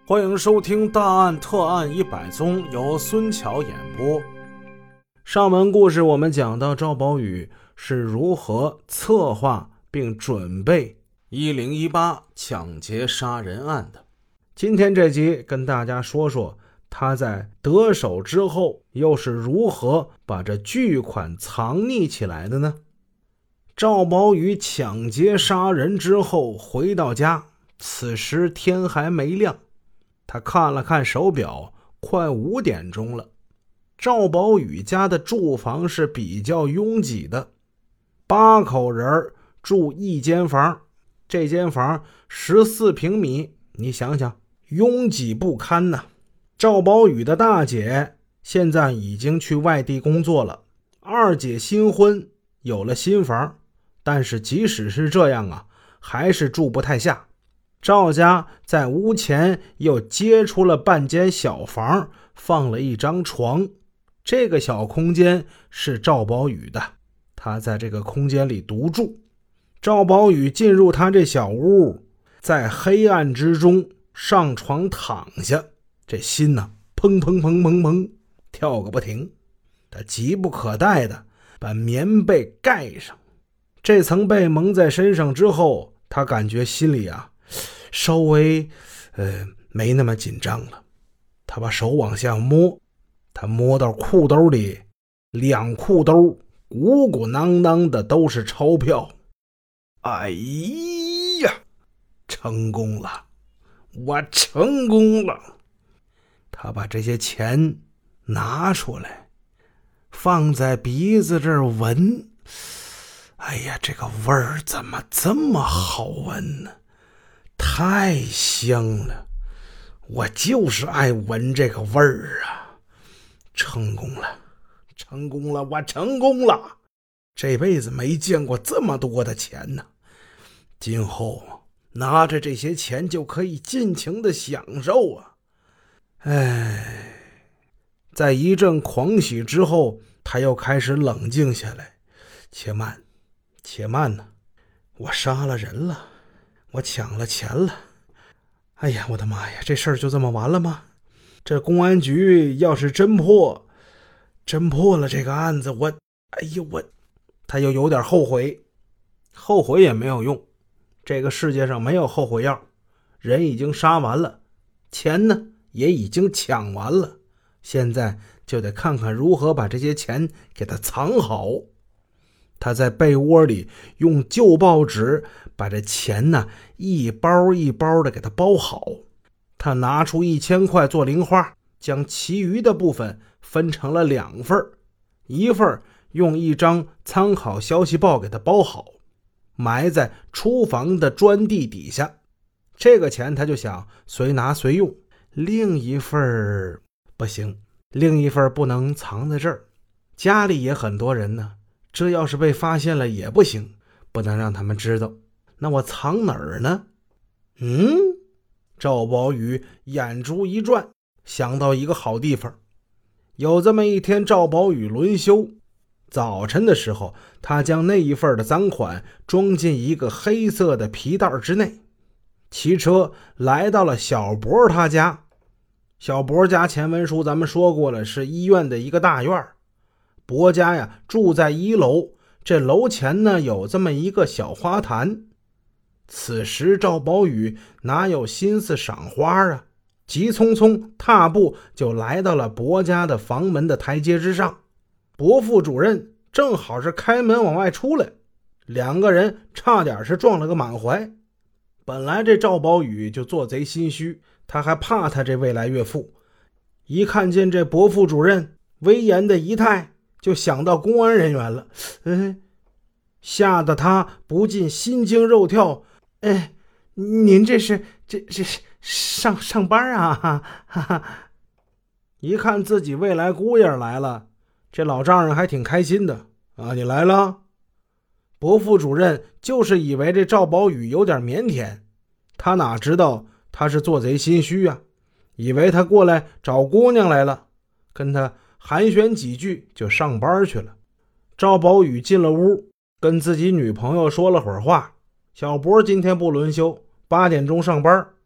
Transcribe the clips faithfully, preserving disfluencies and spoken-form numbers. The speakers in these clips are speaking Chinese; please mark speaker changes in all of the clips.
Speaker 1: 欢迎收听大案特案一百宗，由孙桥演播。上文故事我们讲到赵宝宇是如何策划并准备一零一八抢劫杀人案的。今天这集跟大家说说他在得手之后又是如何把这巨款藏匿起来的呢？赵宝宇抢劫杀人之后回到家，此时天还没亮，他看了看手表，快五点钟了。赵宝宇家的住房是比较拥挤的，八口人住一间房，这间房十四平米，你想想，拥挤不堪呐。赵宝宇的大姐现在已经去外地工作了，二姐新婚，有了新房，但是即使是这样啊，还是住不太下。赵家在屋前又接出了半间小房，放了一张床，这个小空间是赵宝宇的，他在这个空间里独住。赵宝宇进入他这小屋，在黑暗之中上床躺下，这心呢砰砰砰砰砰跳个不停。他急不可待的把棉被盖上，这层被蒙在身上之后，他感觉心里啊稍微呃没那么紧张了。他把手往下摸，他摸到裤兜里，两裤兜鼓鼓囊囊的都是钞票。哎呀，成功了，我成功了。他把这些钱拿出来，放在鼻子这儿闻。哎呀，这个味儿怎么这么好闻呢？太香了，我就是爱闻这个味儿啊！成功了，成功了，我成功了！这辈子没见过这么多的钱呢。今后拿着这些钱就可以尽情的享受啊！哎，在一阵狂喜之后，他又开始冷静下来。且慢，且慢呢！我杀了人了，我抢了钱了。哎呀，我的妈呀，这事儿就这么完了吗？这公安局要是侦破，侦破了这个案子，我，哎呦我，他又有点后悔。后悔也没有用，这个世界上没有后悔药，人已经杀完了，钱呢也已经抢完了，现在就得看看如何把这些钱给他藏好。他在被窝里用旧报纸把这钱呢一包一包的给他包好。他拿出一千块做零花，将其余的部分分成了两份，一份用一张参考消息报给他包好，埋在厨房的砖地底下。这个钱他就想随拿随用。另一份不行，另一份不能藏在这儿，家里也很多人呢，这要是被发现了也不行，不能让他们知道。那我藏哪儿呢？嗯，赵宝宇眼珠一转，想到一个好地方。有这么一天，赵宝宇轮休，早晨的时候，他将那一份的赃款装进一个黑色的皮袋之内，骑车来到了小博他家。小博家前文书咱们说过了，是医院的一个大院。博家呀住在一楼，这楼前呢有这么一个小花坛。此时赵宝宇哪有心思赏花啊，急匆匆踏步就来到了博家的房门的台阶之上。博副主任正好是开门往外出来，两个人差点是撞了个满怀。本来这赵宝宇就做贼心虚，他还怕他这未来岳父，一看见这博副主任威严的仪态，就想到公安人员了。哎，吓得他不禁心惊肉跳。哎，您这是这这上上班啊？哈哈哈。一看自己未来姑爷来了，这老丈人还挺开心的啊。你来了？博副主任就是以为这赵宝宇有点腼腆，他哪知道他是做贼心虚啊，以为他过来找姑娘来了，跟他寒暄几句就上班去了。赵宝宇进了屋，跟自己女朋友说了会儿话。小博今天不轮休，八点钟上班。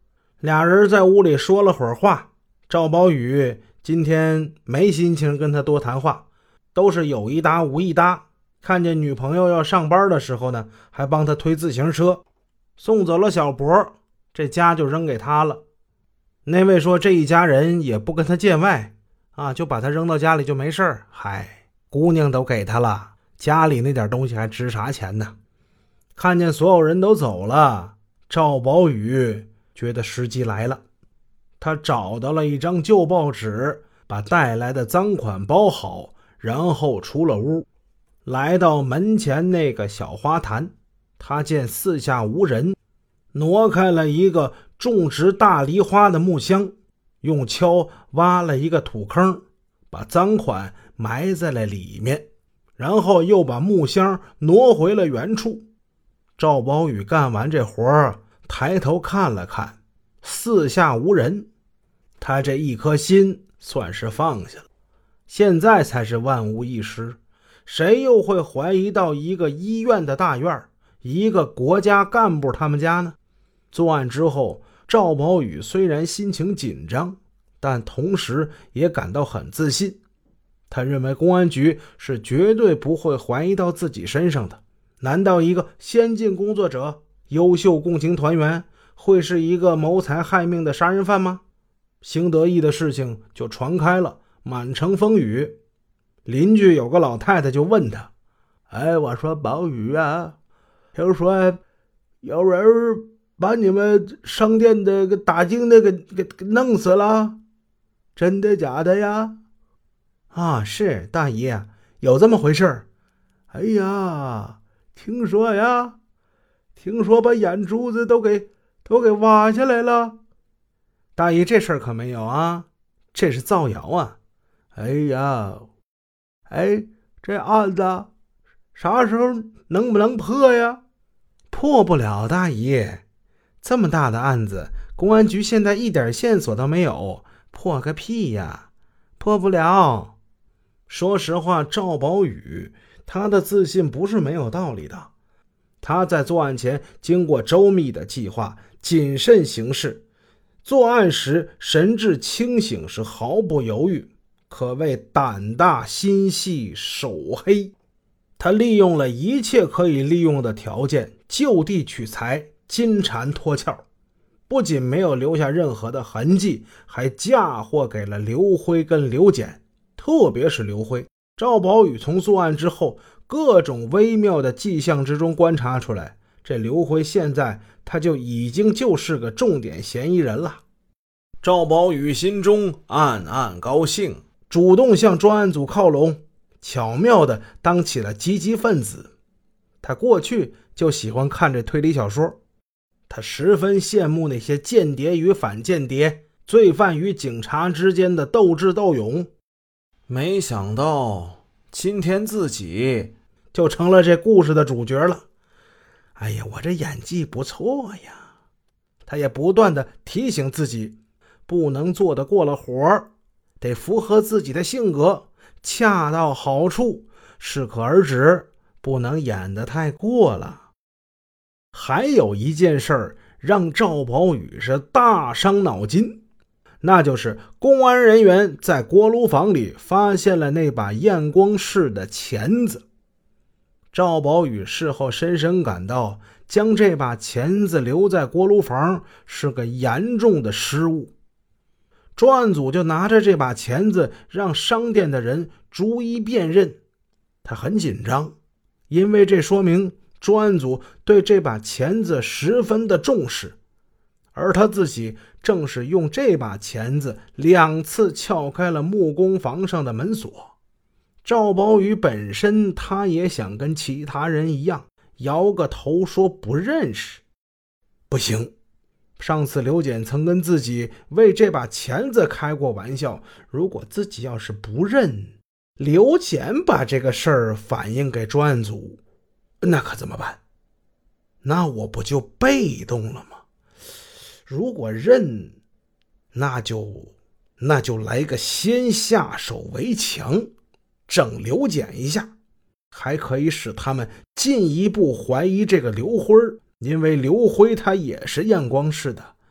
Speaker 1: 俩人在屋里说了会儿话，赵宝宇今天没心情跟他多谈话，都是有一搭无一搭。看见女朋友要上班的时候呢，还帮他推自行车，送走了小博，这家就扔给他了。那位说这一家人也不跟他见外啊，就把他扔到家里就没事儿。嗨，姑娘都给他了，家里那点东西还值啥钱呢？看见所有人都走了，赵宝宇觉得时机来了，他找到了一张旧报纸，把带来的赃款包好，然后出了屋，来到门前那个小花坛。他见四下无人，挪开了一个种植大梨花的木箱，用锹挖了一个土坑，把赃款埋在了里面，然后又把木箱挪回了原处。赵宝宇干完这活，抬头看了看，四下无人，他这一颗心算是放下了。现在才是万无一失，谁又会怀疑到一个医院的大院，一个国家干部他们家呢？作案之后，赵宝宇虽然心情紧张，但同时也感到很自信。他认为公安局是绝对不会怀疑到自己身上的。难道一个先进工作者、优秀共青团员会是一个谋财害命的杀人犯吗？兴得意的事情就传开了，满城风雨。邻居有个老太太就问他：哎，我说宝宇啊，听说有人把你们商店的个大镜的给给弄死了，真的假的呀？啊，是大姨，有这么回事。哎呀，听说呀，听说把眼珠子都给都给挖下来了。大姨，这事儿可没有啊，这是造谣啊。哎呀，哎，这案子啥时候能不能破呀？破不了，大姨，这么大的案子，公安局现在一点线索都没有，破个屁呀，破不了。说实话，赵宝宇他的自信不是没有道理的。他在作案前经过周密的计划，谨慎行事，作案时神志清醒，是毫不犹豫，可谓胆大心细手黑。他利用了一切可以利用的条件，就地取材，金蝉脱壳，不仅没有留下任何的痕迹，还嫁祸给了刘辉跟刘简。特别是刘辉，赵宝宇从作案之后各种微妙的迹象之中观察出来，这刘辉现在他就已经就是个重点嫌疑人了。赵宝宇心中暗暗高兴，主动向专案组靠拢，巧妙地当起了积极分子。他过去就喜欢看这推理小说，他十分羡慕那些间谍与反间谍、罪犯与警察之间的斗智斗勇。没想到今天自己就成了这故事的主角了。哎呀，我这演技不错呀。他也不断地提醒自己，不能做得过了火，得符合自己的性格，恰到好处，适可而止，不能演得太过了。还有一件事儿让赵宝宇是大伤脑筋，那就是公安人员在锅炉房里发现了那把验光式的钳子。赵宝宇事后深深感到，将这把钳子留在锅炉房是个严重的失误。专案组就拿着这把钳子让商店的人逐一辨认。他很紧张，因为这说明专案组对这把钳子十分的重视，而他自己正是用这把钳子两次撬开了木工房上的门锁。赵宝宇本身他也想跟其他人一样摇个头说不认识。不行，上次刘简曾跟自己为这把钳子开过玩笑，如果自己要是不认，刘简把这个事儿反映给专案组，那可怎么办？那我不就被动了吗？如果认，那就那就来个先下手为强，整刘简一下，还可以使他们进一步怀疑这个刘辉，因为刘辉他也是验光式的，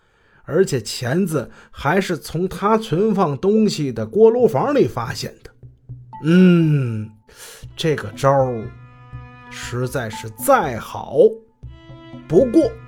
Speaker 1: 而且钳子还是从他存放东西的锅炉房里发现的。嗯，这个招实在是再好不过。